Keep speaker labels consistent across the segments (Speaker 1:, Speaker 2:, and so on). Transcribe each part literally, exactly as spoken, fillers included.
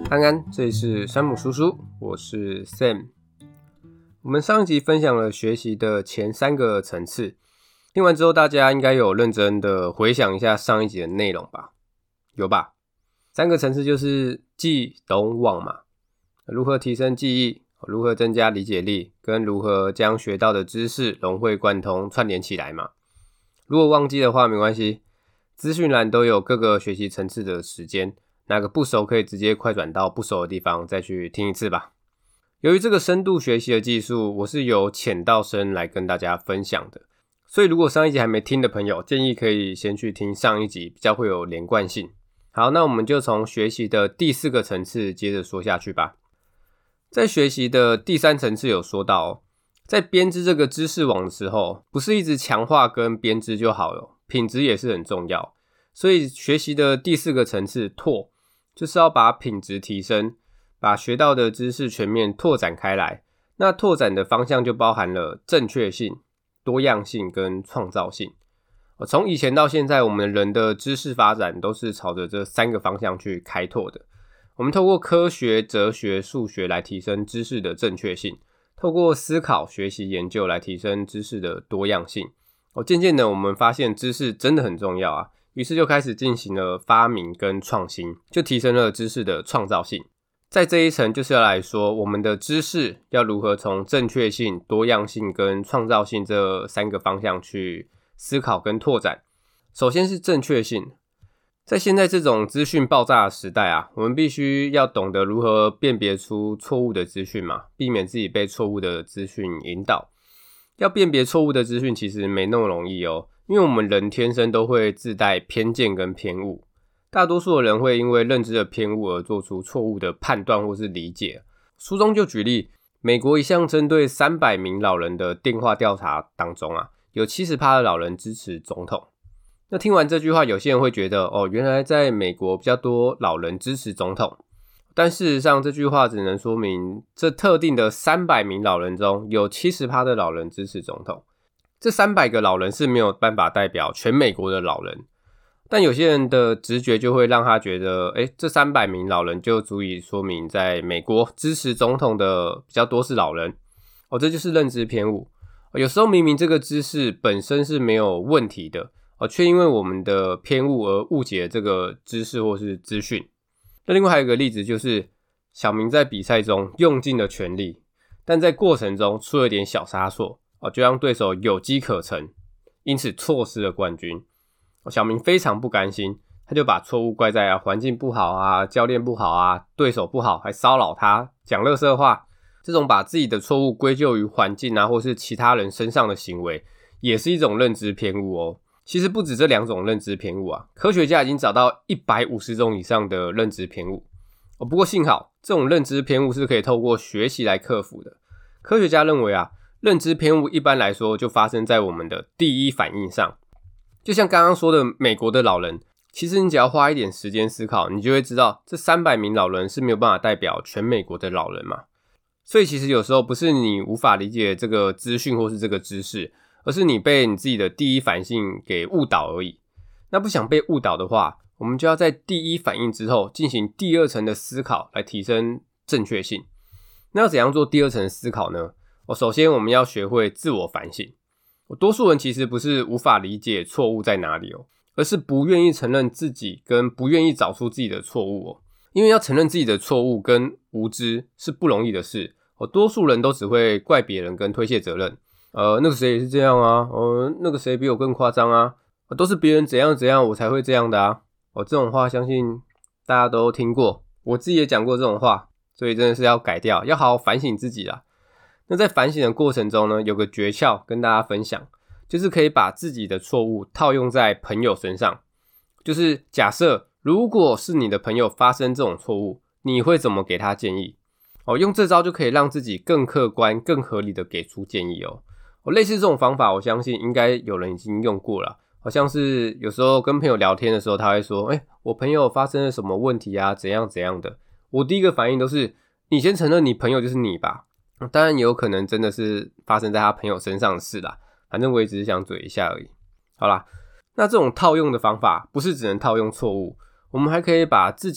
Speaker 1: 安安，这里是山姆叔叔，我是 Sam。我们上一集分享了学习的前三个层次，听完之后大家应该有认真的回想一下上一集的内容吧？有吧？三个层次就是记、懂、忘嘛。如何提升记忆，如何增加理解力，跟如何将学到的知识融会贯通串联起来嘛。如果忘记的话没关系，资讯栏都有各个学习层次的时间，哪个不熟可以直接快转到不熟的地方再去听一次吧。由于这个深度学习的技术，我是由浅到深来跟大家分享的，所以如果上一集还没听的朋友，建议可以先去听上一集，比较会有连贯性。好，那我们就从学习的第四个层次接着说下去吧。在学习的第三层次有说到哦，在编织这个知识网的时候，不是一直强化跟编织就好了，品质也是很重要。所以学习的第四个层次拓，就是要把品质提升，把学到的知识全面拓展开来。那拓展的方向就包含了正确性、多样性跟创造性。从以前到现在，我们人的知识发展都是朝着这三个方向去开拓的。我们透过科学、哲学、数学来提升知识的正确性，透过思考、学习、研究来提升知识的多样性。哦，渐渐的我们发现知识真的很重要啊，于是就开始进行了发明跟创新，就提升了知识的创造性。在这一层就是要来说，我们的知识要如何从正确性、多样性跟创造性这三个方向去思考跟拓展。首先是正确性，在现在这种资讯爆炸的时代啊，我们必须要懂得如何辨别出错误的资讯嘛，避免自己被错误的资讯引导。要辨别错误的资讯其实没那么容易哦，因为我们人天生都会自带偏见跟偏误，大多数的人会因为认知的偏误而做出错误的判断或是理解。书中就举例，美国一项针对三百名老人的电话调查当中啊，有 百分之七十 的老人支持总统。那听完这句话，有些人会觉得哦，原来在美国比较多老人支持总统。但事实上这句话只能说明这特定的三百名老人中有 百分之七十 的老人支持总统。这三百个老人是没有办法代表全美国的老人，但有些人的直觉就会让他觉得诶，这三百名老人就足以说明在美国支持总统的比较多是老人。哦，这就是认知偏误。有时候明明这个知识本身是没有问题的，哦，却因为我们的偏误而误解这个知识或是资讯。那另外还有一个例子，就是小明在比赛中用尽了全力，但在过程中出了点小差错，哦，就让对手有机可乘，因此错失了冠军。哦，小明非常不甘心，他就把错误怪在啊环境不好啊、教练不好啊、对手不好，还骚扰他、讲垃圾话。这种把自己的错误归咎于环境啊或是其他人身上的行为，也是一种认知偏误哦。其实不止这两种认知偏误啊，科学家已经找到一百五十种以上的认知偏误。哦，不过幸好这种认知偏误是可以透过学习来克服的。科学家认为啊，认知偏误一般来说就发生在我们的第一反应上。就像刚刚说的美国的老人，其实你只要花一点时间思考，你就会知道这三百名老人是没有办法代表全美国的老人嘛。所以其实有时候不是你无法理解这个资讯或是这个知识，而是你被你自己的第一反应给误导而已。那不想被误导的话，我们就要在第一反应之后进行第二层的思考来提升正确性。那要怎样做第二层的思考呢？哦，首先我们要学会自我反省。多数人其实不是无法理解错误在哪里哦，而是不愿意承认自己跟不愿意找出自己的错误哦。因为要承认自己的错误跟无知是不容易的事哦，多数人都只会怪别人跟推卸责任。呃，那个谁也是这样啊，呃，那个谁比我更夸张啊，呃，都是别人怎样怎样我才会这样的啊。哦，这种话相信大家都听过，我自己也讲过这种话，所以真的是要改掉，要好好反省自己啦。那在反省的过程中呢，有个诀窍跟大家分享，就是可以把自己的错误套用在朋友身上。就是假设如果是你的朋友发生这种错误，你会怎么给他建议？哦，用这招就可以让自己更客观、更合理的给出建议哦。哦，类似这种方法，我相信应该有人已经用过了。好像是有时候跟朋友聊天的时候，他会说：“欸，我朋友发生了什么问题啊？怎样怎样的。”我第一个反应都是：你先承认你朋友就是你吧。当然也有可能真的是发生在他朋友身上的事啦，反正我也只是想嘴一下而已。好啦，那这种套用的方法不是只能套用错误，我们还可以把自己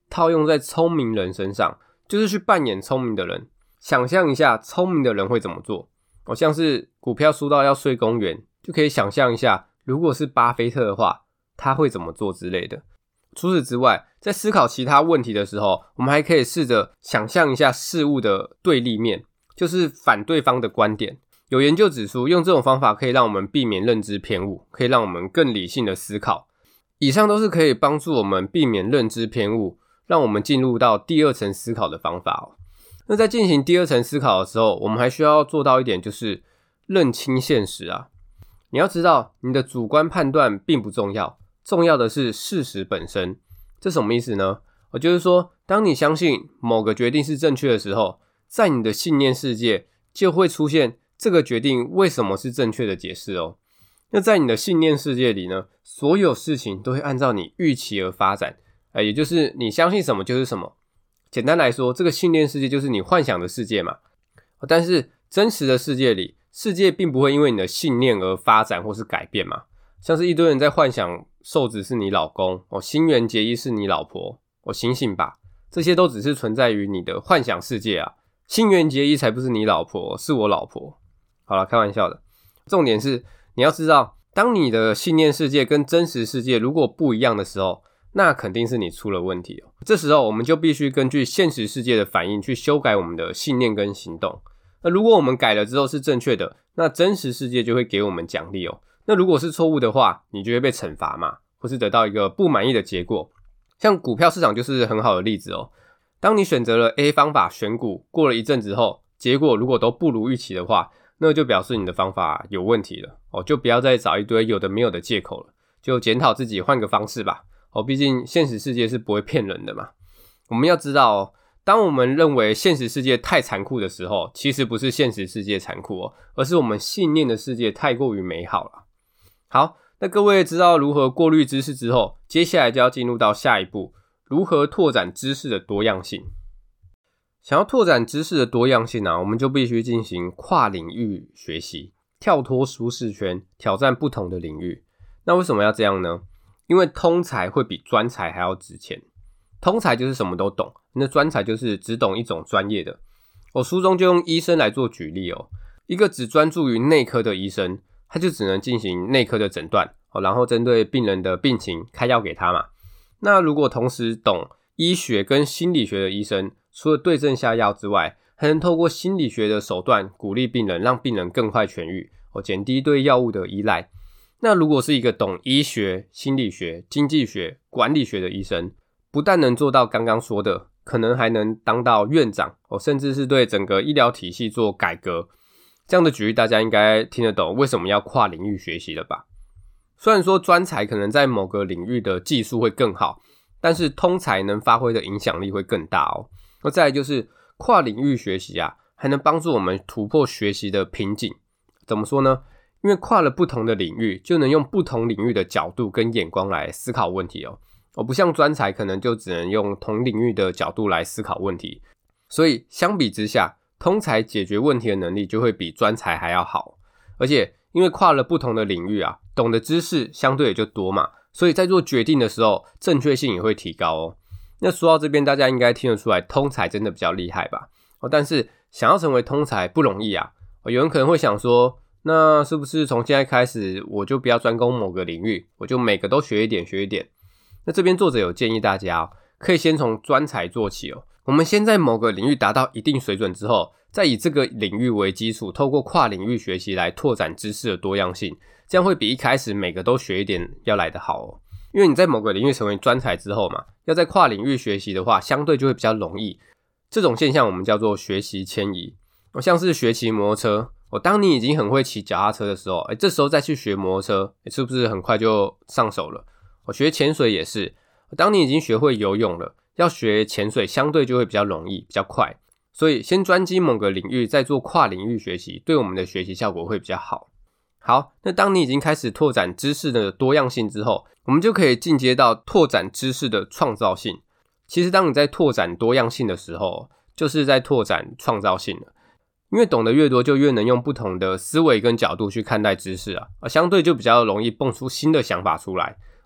Speaker 1: 套用在聪明人身上，就是去扮演聪明的人，想象一下聪明的人会怎么做。哦，像是股票输到要睡公园，就可以想象一下，如果是巴菲特的话，他会怎么做之类的。除此之外，在思考其他问题的时候，我们还可以试着想象一下事物的对立面，就是反对方的观点。有研究指出，用这种方法可以让我们避免认知偏误，可以让我们更理性的思考。以上都是可以帮助我们避免认知偏误，让我们进入到第二层思考的方法哦。那在进行第二层思考的时候，我们还需要做到一点，就是认清现实啊。你要知道，你的主观判断并不重要，重要的是事实本身。这什么意思呢？也就是说，当你相信某个决定是正确的时候，在你的信念世界就会出现这个决定为什么是正确的解释哦。那在你的信念世界里呢，所有事情都会按照你预期而发展，呃，也就是你相信什么就是什么。简单来说，这个信念世界就是你幻想的世界嘛。但是真实的世界里，世界并不会因为你的信念而发展或是改变嘛。像是一堆人在幻想瘦子是你老公，哦，新垣结衣是你老婆，哦，醒醒吧，这些都只是存在于你的幻想世界啊。新垣结衣才不是你老婆，是我老婆。好了，开玩笑的。重点是你要知道，当你的信念世界跟真实世界如果不一样的时候，那肯定是你出了问题哦。这时候我们就必须根据现实世界的反应去修改我们的信念跟行动。那如果我们改了之后是正确的，那真实世界就会给我们奖励哦。那如果是错误的话，你就会被惩罚嘛，或是得到一个不满意的结果。像股票市场就是很好的例子哦。当你选择了 A 方法选股，过了一阵子后，结果如果都不如预期的话，那就表示你的方法有问题了哦，就不要再找一堆有的没有的借口了，就检讨自己，换个方式吧。哦，毕竟现实世界是不会骗人的嘛。我们要知道哦，当我们认为现实世界太残酷的时候，其实不是现实世界残酷哦，而是我们信念的世界太过于美好了。好，那各位知道如何过滤知识之后，接下来就要进入到下一步，如何拓展知识的多样性。想要拓展知识的多样性啊，我们就必须进行跨领域学习，跳脱舒适圈，挑战不同的领域。那为什么要这样呢？因为通才会比专才还要值钱。通才就是什么都懂，那专才就是只懂一种专业的。我书中就用医生来做举例哦，一个只专注于内科的医生，他就只能进行内科的诊断，然后针对病人的病情开药给他嘛。那如果同时懂医学跟心理学的医生，除了对症下药之外，还能透过心理学的手段鼓励病人，让病人更快痊愈，减低对药物的依赖。那如果是一个懂医学、心理学、经济学、管理学的医生，不但能做到刚刚说的，可能还能当到院长，甚至是对整个医疗体系做改革。这样的举例大家应该听得懂为什么要跨领域学习了吧？虽然说专才可能在某个领域的技术会更好，但是通才能发挥的影响力会更大哦。那再来就是跨领域学习啊，还能帮助我们突破学习的瓶颈。怎么说呢？因为跨了不同的领域，就能用不同领域的角度跟眼光来思考问题哦。哦，不像专才可能就只能用同领域的角度来思考问题。所以相比之下，通才解决问题的能力就会比专才还要好。而且因为跨了不同的领域啊，懂的知识相对也就多嘛，所以在做决定的时候，正确性也会提高哦。那说到这边，大家应该听得出来，通才真的比较厉害吧？哦，但是想要成为通才不容易啊。哦，有人可能会想说，那是不是从现在开始，我就不要专攻某个领域，我就每个都学一点学一点？那这边作者有建议大家哦，可以先从专才做起哦。我们先在某个领域达到一定水准之后，再以这个领域为基础，透过跨领域学习来拓展知识的多样性，这样会比一开始每个都学一点要来得好哦。因为你在某个领域成为专才之后嘛，要在跨领域学习的话，相对就会比较容易。这种现象我们叫做学习迁移。像是学骑摩托车，当你已经很会骑脚踏车的时候，诶这时候再去学摩托车，是不是很快就上手了？学潜水也是，当你已经学会游泳了，要学潜水相对就会比较容易，比较快。所以先专精某个领域，再做跨领域学习，对我们的学习效果会比较好。好，那当你已经开始拓展知识的多样性之后，我们就可以进阶到拓展知识的创造性。其实当你在拓展多样性的时候，就是在拓展创造性了。因为懂得越多，就越能用不同的思维跟角度去看待知识啊，相对就比较容易蹦出新的想法出来。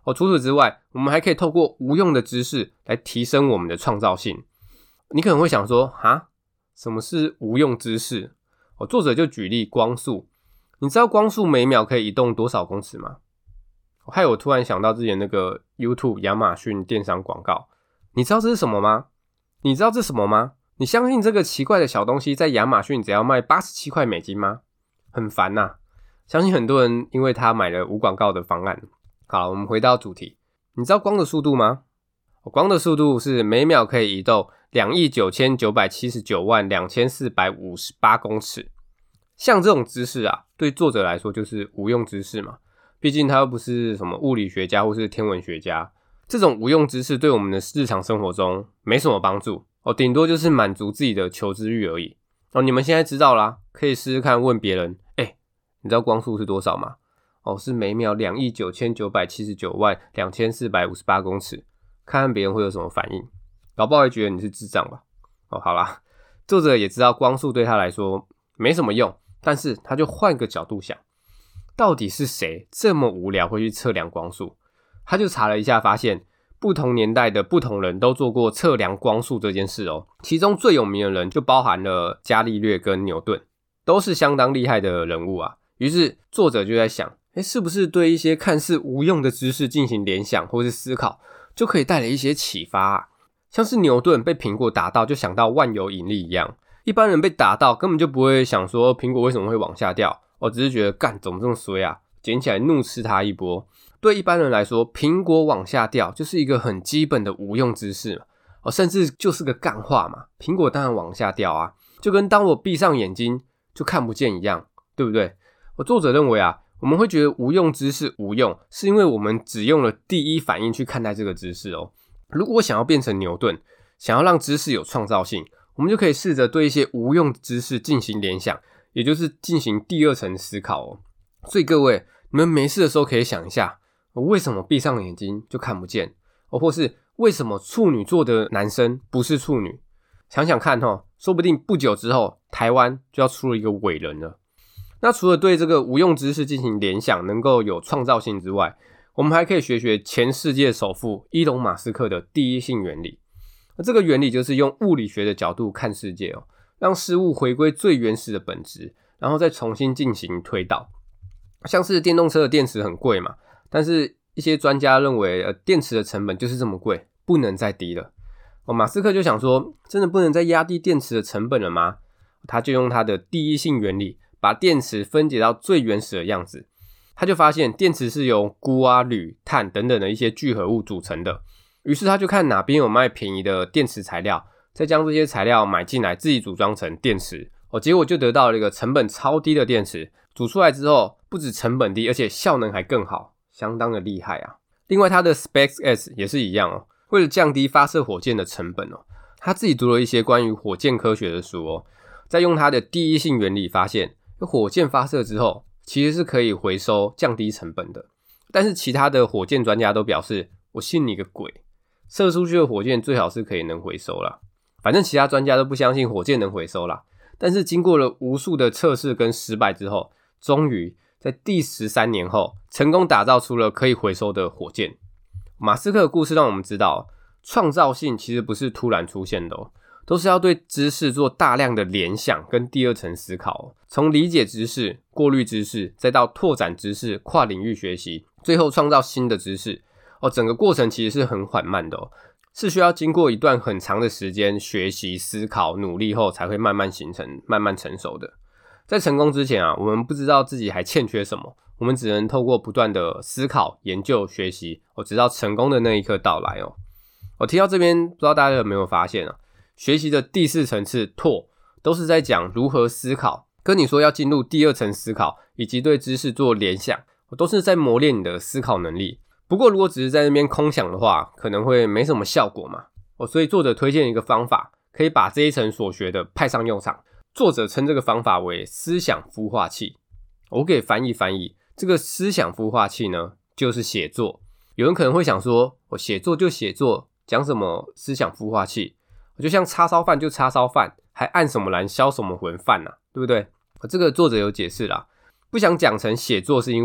Speaker 1: 哦，除此之外，我们还可以透过无用的知识来提升我们的创造性。你可能会想说，哈，什么是无用知识？哦，作者就举例光速。你知道光速每秒可以移动多少公尺吗？害我突然想到之前那个 YouTube 亚马逊电商广告。你知道这是什么吗？你知道这是什么吗？你相信这个奇怪的小东西在亚马逊只要卖八十七块美金吗？很烦呐、啊！相信很多人因为他买了无广告的方案。好，我们回到主题。你知道光的速度吗？光的速度是每秒可以移动两亿九千九百七十九万两千四百五十八公尺。像这种知识啊，对作者来说就是无用知识嘛。毕竟他又不是什么物理学家或是天文学家，这种无用知识对我们的日常生活中没什么帮助哦，顶多就是满足自己的求知欲而已。哦，你们现在知道啦，可以试试看问别人，欸，你知道光速是多少吗？哦，是每秒两亿九千九百七十九万两千四百五十八公尺，看看别人会有什么反应，搞不好会觉得你是智障吧。哦，好啦，作者也知道光速对他来说没什么用，但是他就换个角度想，到底是谁这么无聊会去测量光速？他就查了一下，发现不同年代的不同人都做过测量光速这件事哦。其中最有名的人就包含了伽利略跟牛顿，都是相当厉害的人物啊。于是作者就在想，诶，是不是对一些看似无用的知识进行联想或是思考，就可以带来一些启发啊？像是牛顿被苹果打到就想到万有引力一样，一般人被打到根本就不会想说苹果为什么会往下掉，我只是觉得干怎么这么衰啊，捡起来怒吃他一波。对一般人来说，苹果往下掉就是一个很基本的无用知识嘛，哦，甚至就是个干话嘛。苹果当然往下掉啊，就跟当我闭上眼睛就看不见一样，对不对？我作者认为啊，我们会觉得无用知识无用，是因为我们只用了第一反应去看待这个知识哦。如果想要变成牛顿，想要让知识有创造性，我们就可以试着对一些无用知识进行联想，也就是进行第二层思考哦。所以各位，你们没事的时候可以想一下，为什么闭上眼睛就看不见？或是为什么处女座的男生不是处女？想想看齁，说不定不久之后，台湾就要出了一个伟人了。那除了对这个无用知识进行联想能够有创造性之外，我们还可以学学前世界首富伊隆马斯克的第一性原理。这个原理就是用物理学的角度看世界哦，让事物回归最原始的本质，然后再重新进行推导。像是电动车的电池很贵嘛，但是一些专家认为，呃，电池的成本就是这么贵，不能再低了。哦，马斯克就想说，真的不能再压低电池的成本了吗？他就用他的第一性原理，把电池分解到最原始的样子。他就发现电池是由钴啊、铝、碳等等的一些聚合物组成的。于是他就看哪边有卖便宜的电池材料，再将这些材料买进来，自己组装成电池。哦，结果就得到了一个成本超低的电池。煮出来之后，不止成本低，而且效能还更好，相当的厉害啊！另外，他的 SpaceX 也是一样哦，为了降低发射火箭的成本哦，他自己读了一些关于火箭科学的书哦，再用他的第一性原理发现，火箭发射之后其实是可以回收、降低成本的。但是其他的火箭专家都表示，我信你个鬼！射出去的火箭最好是可以能回收啦，反正其他专家都不相信火箭能回收啦。但是经过了无数的测试跟失败之后，终于在第十三年后成功打造出了可以回收的火箭。马斯克的故事让我们知道，创造性其实不是突然出现的哦，都是要对知识做大量的联想跟第二层思考哦，从理解知识、过滤知识，再到拓展知识、跨领域学习，最后创造新的知识哦，整个过程其实是很缓慢的哦，是需要经过一段很长的时间学习、思考、努力后才会慢慢形成、慢慢成熟的。在成功之前啊，我们不知道自己还欠缺什么，我们只能透过不断的思考、研究、学习，哦，直到成功的那一刻到来哦。我提到这边，不知道大家有没有发现啊？学习的第四层次拓，都是在讲如何思考，跟你说要进入第二层思考，以及对知识做联想，都是在磨练你的思考能力。不过如果只是在那边空想的话，可能会没什么效果嘛。哦，所以作者推荐一个方法，可以把这一层所学的派上用场。作者称这个方法为思想孵化器。我给翻译翻译，这个思想孵化器呢，就是写作。有人可能会想说，我写作就写作，讲什么思想孵化器？就像叉烧饭就叉烧饭，还按什么蓝消什么魂饭啊，对不对？这个作者有解释啦，不想讲成写作是因为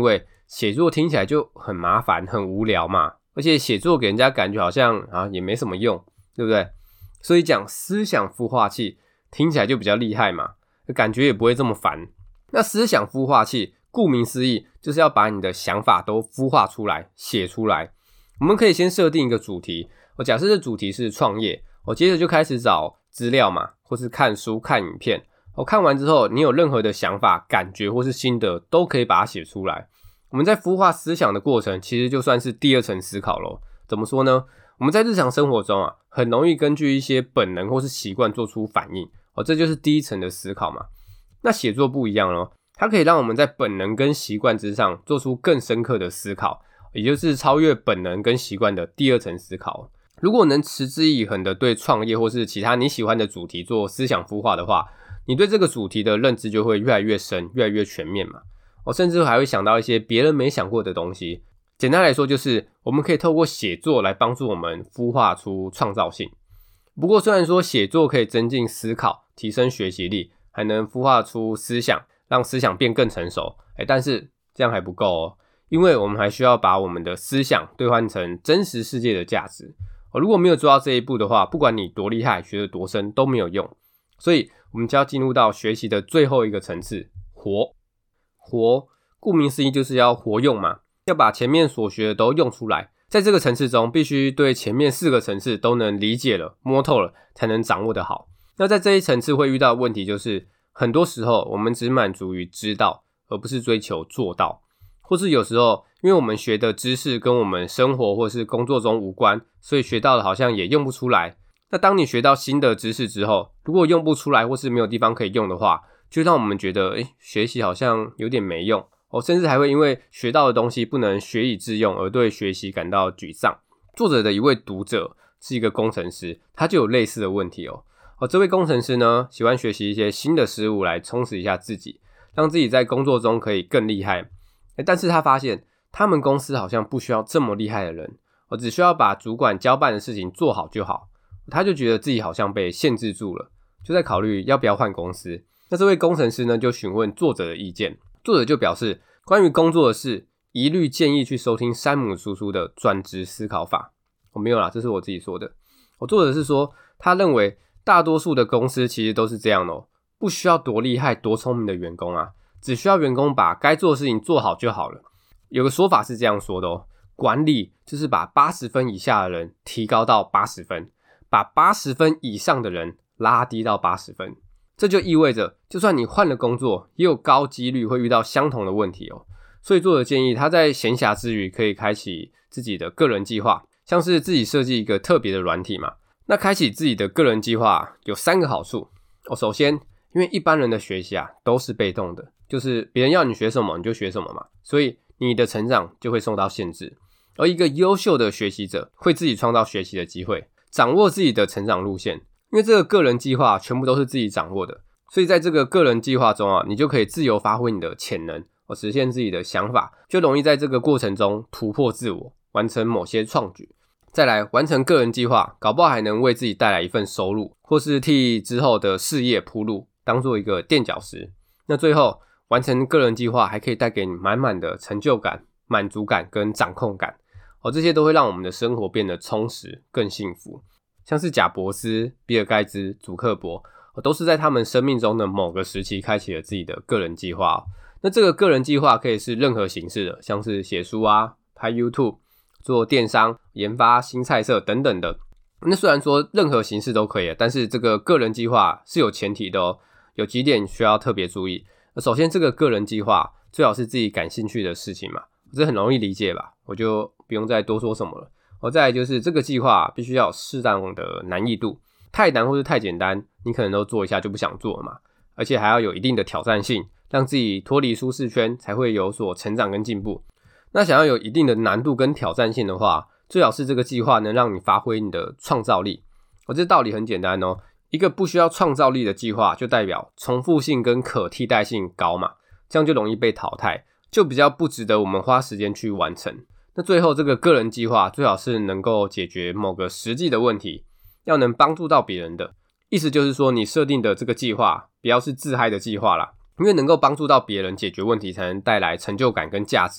Speaker 1: 写作听起来就很麻烦很无聊嘛，而且写作给人家感觉好像啊也没什么用，对不对？所以讲思想孵化器听起来就比较厉害嘛，感觉也不会这么烦。那思想孵化器顾名思义就是要把你的想法都孵化出来写出来。我们可以先设定一个主题，我假设这主题是创业，我接着就开始找资料嘛，或是看书看影片，我看完之后你有任何的想法感觉或是心得都可以把它写出来。我们在孵化思想的过程其实就算是第二层思考咯。怎么说呢？我们在日常生活中啊，很容易根据一些本能或是习惯做出反应，哦，这就是第一层的思考嘛。那写作不一样咯，它可以让我们在本能跟习惯之上做出更深刻的思考，也就是超越本能跟习惯的第二层思考。如果能持之以恒的对创业或是其他你喜欢的主题做思想孵化的话，你对这个主题的认知就会越来越深，越来越全面嘛。我甚至还会想到一些别人没想过的东西。简单来说就是我们可以透过写作来帮助我们孵化出创造性。不过虽然说写作可以增进思考，提升学习力，还能孵化出思想，让思想变更成熟，诶但是这样还不够哦，因为我们还需要把我们的思想兑换成真实世界的价值。如果没有做到这一步的话，不管你多厉害，学得多深都没有用。所以我们就要进入到学习的最后一个层次，活。活顾名思义就是要活用嘛，要把前面所学的都用出来。在这个层次中必须对前面四个层次都能理解了，摸透了，才能掌握得好。那在这一层次会遇到的问题就是很多时候我们只满足于知道，而不是追求做到，或是有时候因为我们学的知识跟我们生活或是工作中无关，所以学到的好像也用不出来。那当你学到新的知识之后，如果用不出来或是没有地方可以用的话，就让我们觉得诶学习好像有点没用哦，甚至还会因为学到的东西不能学以致用而对学习感到沮丧。作者的一位读者是一个工程师，他就有类似的问题哦。哦，这位工程师呢，喜欢学习一些新的事物来充实一下自己，让自己在工作中可以更厉害。但是他发现他们公司好像不需要这么厉害的人，哦，只需要把主管交办的事情做好就好。他就觉得自己好像被限制住了，就在考虑要不要换公司。那这位工程师呢，就询问作者的意见。作者就表示，关于工作的事，一律建议去收听山姆叔叔的转职思考法。我、哦、没有啦，这是我自己说的。我、哦、作者是说，他认为大多数的公司其实都是这样的哦，不需要多厉害、多聪明的员工啊，只需要员工把该做的事情做好就好了。有个说法是这样说的哦，管理就是把八十分以下的人提高到八十分，把八十分以上的人拉低到八十分。这就意味着就算你换了工作，也有高几率会遇到相同的问题哦。所以作者建议他在闲暇之余可以开启自己的个人计划，像是自己设计一个特别的软体嘛。那开启自己的个人计划有三个好处哦。首先，因为一般人的学习啊都是被动的，就是别人要你学什么你就学什么嘛，所以你的成长就会受到限制。而一个优秀的学习者会自己创造学习的机会，掌握自己的成长路线。因为这个个人计划全部都是自己掌握的，所以在这个个人计划中啊，你就可以自由发挥你的潜能，实现自己的想法，就容易在这个过程中突破自我，完成某些创举。再来，完成个人计划，搞不好还能为自己带来一份收入，或是替之后的事业铺路，当做一个垫脚石。那最后，完成个人计划还可以带给你满满的成就感、满足感跟掌控感，哦，这些都会让我们的生活变得充实、更幸福。像是贾伯斯、比尔盖茨、祖克伯，哦，都是在他们生命中的某个时期开启了自己的个人计划哦。那这个个人计划可以是任何形式的，像是写书啊、拍 YouTube、做电商、研发新菜色等等的。那虽然说任何形式都可以，但是这个个人计划是有前提的哦，有几点需要特别注意。首先，这个个人计划最好是自己感兴趣的事情嘛，这很容易理解吧，我就不用再多说什么了。哦，再来就是这个计划必须要有适当的难易度，太难或是太简单，你可能都做一下就不想做了嘛。而且还要有一定的挑战性，让自己脱离舒适圈，才会有所成长跟进步。那想要有一定的难度跟挑战性的话，最好是这个计划能让你发挥你的创造力。哦，这道理很简单哦，一个不需要创造力的计划，就代表重复性跟可替代性高嘛，这样就容易被淘汰，就比较不值得我们花时间去完成。那最后这个个人计划最好是能够解决某个实际的问题，要能帮助到别人的。意思就是说，你设定的这个计划不要是自嗨的计划啦，因为能够帮助到别人解决问题才能带来成就感跟价值，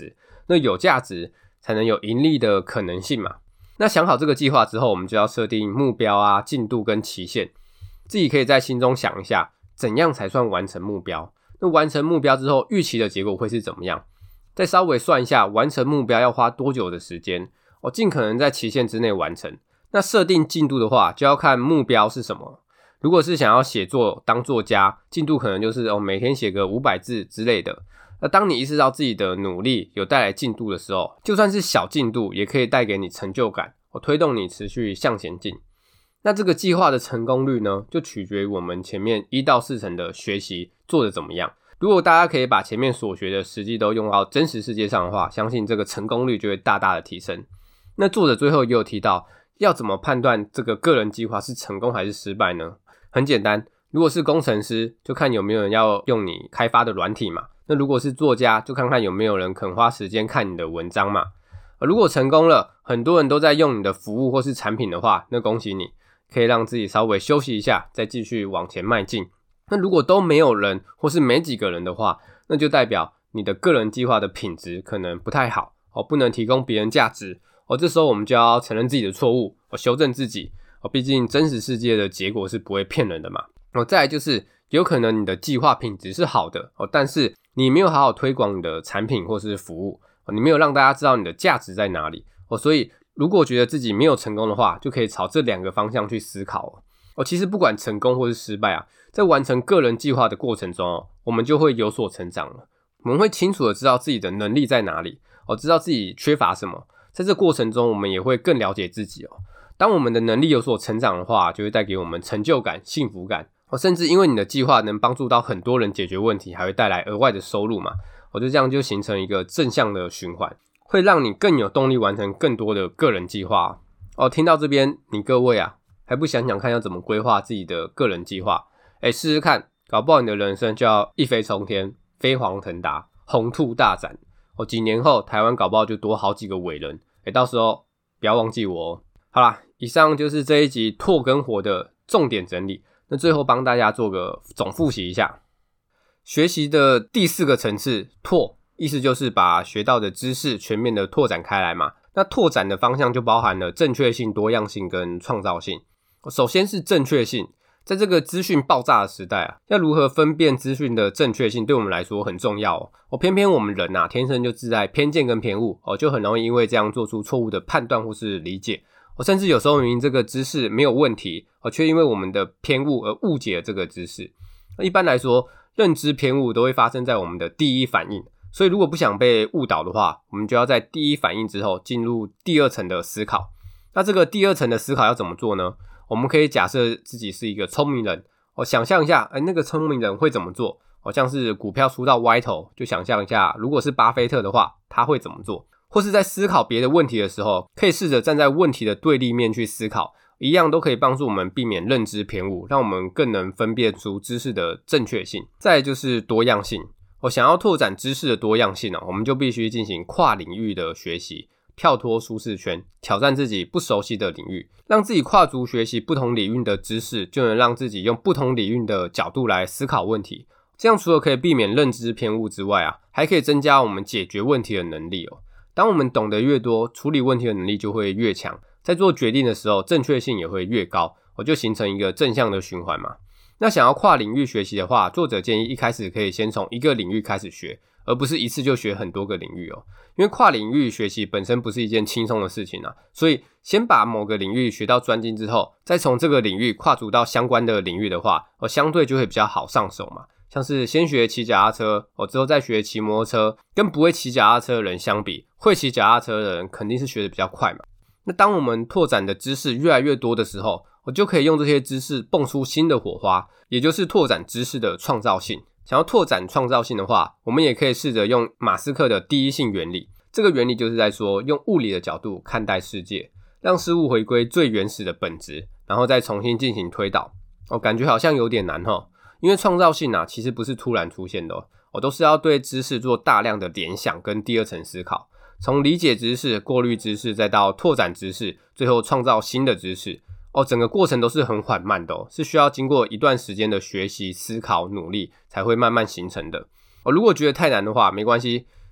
Speaker 1: 那有价值才能有盈利的可能性嘛。那想好这个计划之后，我们就要设定目标啊、进度跟期限，自己可以在心中想一下，怎样才算完成目标？那完成目标之后，预期的结果会是怎么样？再稍微算一下，完成目标要花多久的时间？哦，尽可能在期限之内完成。那设定进度的话，就要看目标是什么。如果是想要写作当作家，进度可能就是哦每天写个五百字之类的。那当你意识到自己的努力有带来进度的时候，就算是小进度也可以带给你成就感，哦推动你持续向前进。那这个计划的成功率呢，就取决于我们前面一到四成的学习做得怎么样。如果大家可以把前面所学的实际都用到真实世界上的话，相信这个成功率就会大大的提升。那作者最后也有提到，要怎么判断这个个人计划是成功还是失败呢？很简单，如果是工程师，就看有没有人要用你开发的软体嘛。那如果是作家，就看看有没有人肯花时间看你的文章嘛。而如果成功了，很多人都在用你的服务或是产品的话，那恭喜你，可以让自己稍微休息一下，再继续往前迈进。那如果都没有人或是没几个人的话，那就代表你的个人计划的品质可能不太好哦，不能提供别人价值哦。这时候我们就要承认自己的错误哦，修正自己哦。毕竟真实世界的结果是不会骗人的嘛。哦，再来就是有可能你的计划品质是好的哦，但是你没有好好推广你的产品或是服务哦，你没有让大家知道你的价值在哪里哦。所以如果觉得自己没有成功的话，就可以朝这两个方向去思考哦。哦，其实不管成功或是失败啊，在完成个人计划的过程中哦，我们就会有所成长了。我们会清楚的知道自己的能力在哪里哦，知道自己缺乏什么。在这过程中，我们也会更了解自己哦。当我们的能力有所成长的话，就会带给我们成就感、幸福感哦。甚至因为你的计划能帮助到很多人解决问题，还会带来额外的收入嘛。哦，就这样就形成一个正向的循环，会让你更有动力完成更多的个人计划哦。听到这边，你各位啊，还不想想看要怎么规划自己的个人计划？诶，试试看，搞不好你的人生就要一飞冲天、飞黄腾达、宏图大展哦。几年后，台湾搞不好就多好几个伟人，诶，到时候不要忘记我哦。好啦，以上就是这一集拓跟活的重点整理。那最后帮大家做个总复习一下，学习的第四个层次拓，意思就是把学到的知识全面的拓展开来嘛。那拓展的方向就包含了正确性、多样性跟创造性。首先是正确性，在这个资讯爆炸的时代啊，要如何分辨资讯的正确性对我们来说很重要哦。哦，偏偏我们人啊，天生就自带偏见跟偏误哦，就很容易因为这样做出错误的判断或是理解哦，甚至有时候明明这个知识没有问题哦，却因为我们的偏误而误解了这个知识。一般来说，认知偏误都会发生在我们的第一反应，所以如果不想被误导的话，我们就要在第一反应之后进入第二层的思考。那这个第二层的思考要怎么做呢？我们可以假设自己是一个聪明人哦，想象一下，哎，那个聪明人会怎么做？哦，像是股票出到歪头，就想象一下，如果是巴菲特的话，他会怎么做？或是在思考别的问题的时候，可以试着站在问题的对立面去思考，一样都可以帮助我们避免认知偏误，让我们更能分辨出知识的正确性。再来就是多样性，我想要拓展知识的多样性哦，我们就必须进行跨领域的学习。跳脱舒适圈，挑战自己不熟悉的领域，让自己跨足学习不同领域的知识，就能让自己用不同领域的角度来思考问题。这样除了可以避免认知偏误之外啊，还可以增加我们解决问题的能力哦。当我们懂得越多，处理问题的能力就会越强，在做决定的时候，正确性也会越高，我就形成一个正向的循环嘛。那想要跨领域学习的话，作者建议一开始可以先从一个领域开始学，而不是一次就学很多个领域哦。因为跨领域学习本身不是一件轻松的事情啊，所以先把某个领域学到专精之后，再从这个领域跨足到相关的领域的话，哦，相对就会比较好上手嘛。像是先学骑脚踏车，哦，之后再学骑摩托车，跟不会骑脚踏车的人相比，会骑脚踏车的人肯定是学得比较快嘛。那当我们拓展的知识越来越多的时候，我就可以用这些知识蹦出新的火花，也就是拓展知识的创造性。想要拓展创造性的话，我们也可以试着用马斯克的第一性原理。这个原理就是在说，用物理的角度看待世界，让事物回归最原始的本质，然后再重新进行推导。哦，感觉好像有点难齁，因为创造性啊，其实不是突然出现的哦，我都是要对知识做大量的联想跟第二层思考，从理解知识、过滤知识，再到拓展知识，最后创造新的知识。哦，整个过程都是很缓慢的哦，是需要经过一段时间的学习、思考、努力才会慢慢形成的。哦，如果觉得太难的话，没关系，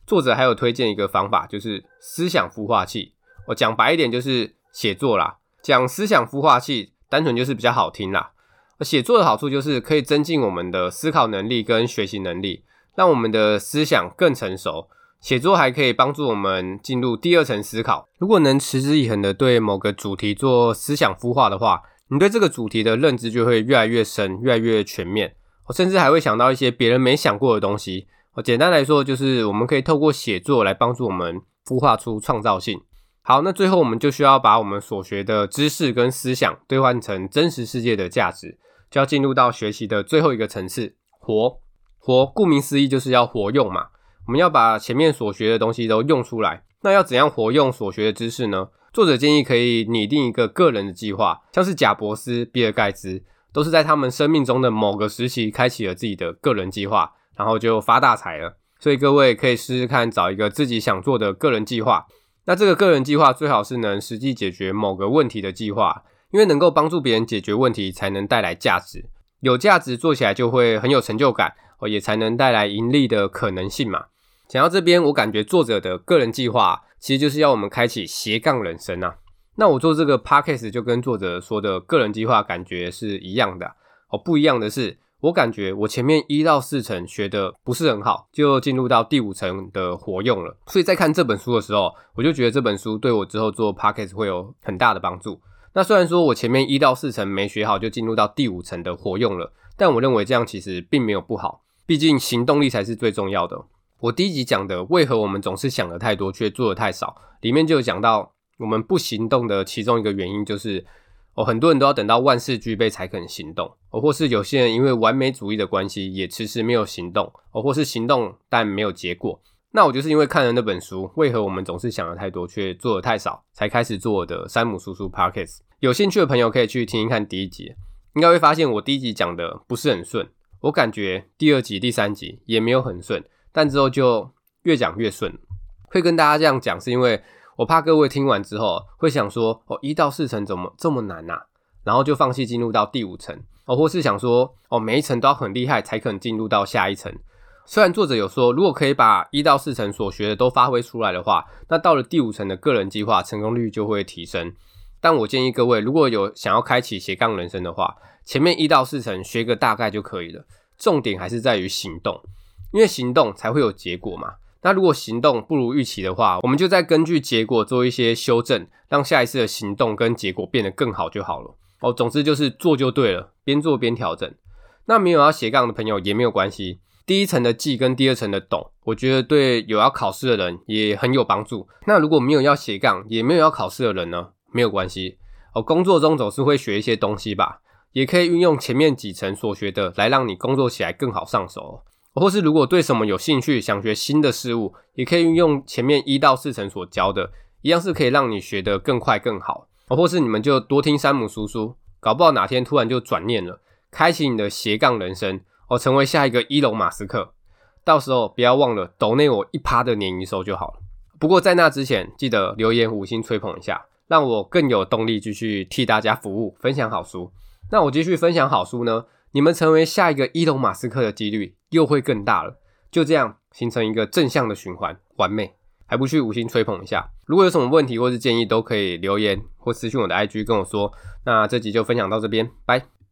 Speaker 1: 作者还有推荐一个方法，就是思想孵化器。我讲白一点就是写作啦，讲思想孵化器单纯就是比较好听啦。写作的好处就是可以增进我们的思考能力跟学习能力，让我们的思想更成熟。写作还可以帮助我们进入第二层思考。如果能持之以恒的对某个主题做思想孵化的话，你对这个主题的认知就会越来越深，越来越全面，甚至还会想到一些别人没想过的东西。简单来说，就是我们可以透过写作来帮助我们孵化出创造性。好，那最后我们就需要把我们所学的知识跟思想兑换成真实世界的价值，就要进入到学习的最后一个层次，活。活，顾名思义就是要活用嘛。我们要把前面所学的东西都用出来，那要怎样活用所学的知识呢？作者建议可以拟定一个个人的计划，像是贾伯斯、比尔盖茨都是在他们生命中的某个时期开启了自己的个人计划，然后就发大财了。所以各位可以试试看找一个自己想做的个人计划，那这个个人计划最好是能实际解决某个问题的计划，因为能够帮助别人解决问题才能带来价值，有价值做起来就会很有成就感，也才能带来盈利的可能性嘛。讲到这边，我感觉作者的个人计划其实就是要我们开启斜杠人生啊。那我做这个 podcast 就跟作者说的个人计划感觉是一样的、啊哦、不一样的是，我感觉我前面一到四层学的不是很好，就进入到第五层的活用了。所以在看这本书的时候，我就觉得这本书对我之后做 podcast 会有很大的帮助。那虽然说我前面一到四层没学好就进入到第五层的活用了，但我认为这样其实并没有不好，毕竟行动力才是最重要的。我第一集讲的为何我们总是想的太多却做的太少，里面就有讲到我们不行动的其中一个原因就是哦，很多人都要等到万事俱备才肯行动，哦，或是有些人因为完美主义的关系也迟迟没有行动，哦，或是行动但没有结果。那我就是因为看了那本书为何我们总是想的太多却做的太少，才开始做我的山姆叔叔 Podcast。 有兴趣的朋友可以去听听看第一集，应该会发现我第一集讲的不是很顺，我感觉第二集第三集也没有很顺，但之后就越讲越顺。会跟大家这样讲是因为我怕各位听完之后会想说哦，一到四层怎么这么难啊，然后就放弃进入到第五层，哦，或是想说哦，每一层都要很厉害才可能进入到下一层。虽然作者有说如果可以把一到四层所学的都发挥出来的话，那到了第五层的个人计划成功率就会提升，但我建议各位如果有想要开启斜杠人生的话，前面一到四层学个大概就可以了，重点还是在于行动，因为行动才会有结果嘛。那如果行动不如预期的话，我们就再根据结果做一些修正，让下一次的行动跟结果变得更好就好了。哦，总之就是做就对了，边做边调整。那没有要斜杠的朋友也没有关系，第一层的记跟第二层的懂，我觉得对有要考试的人也很有帮助。那如果没有要斜杠也没有要考试的人呢，没有关系。哦，工作中总是会学一些东西吧，也可以运用前面几层所学的来让你工作起来更好上手。或是如果对什么有兴趣，想学新的事物，也可以运用前面一到四层所教的，一样是可以让你学得更快更好。或是你们就多听山姆叔叔，搞不好哪天突然就转念了，开启你的斜杠人生，成为下一个伊隆马斯克。到时候不要忘了抖内我 百分之一 的年营收就好了。不过在那之前，记得留言五星吹捧一下，让我更有动力继续替大家服务，分享好书。那我继续分享好书呢，你们成为下一个伊隆马斯克的几率又会更大了，就这样形成一个正向的循环，完美。还不去五星吹捧一下？如果有什么问题或是建议都可以留言或私讯我的 I G 跟我说。那这集就分享到这边，拜。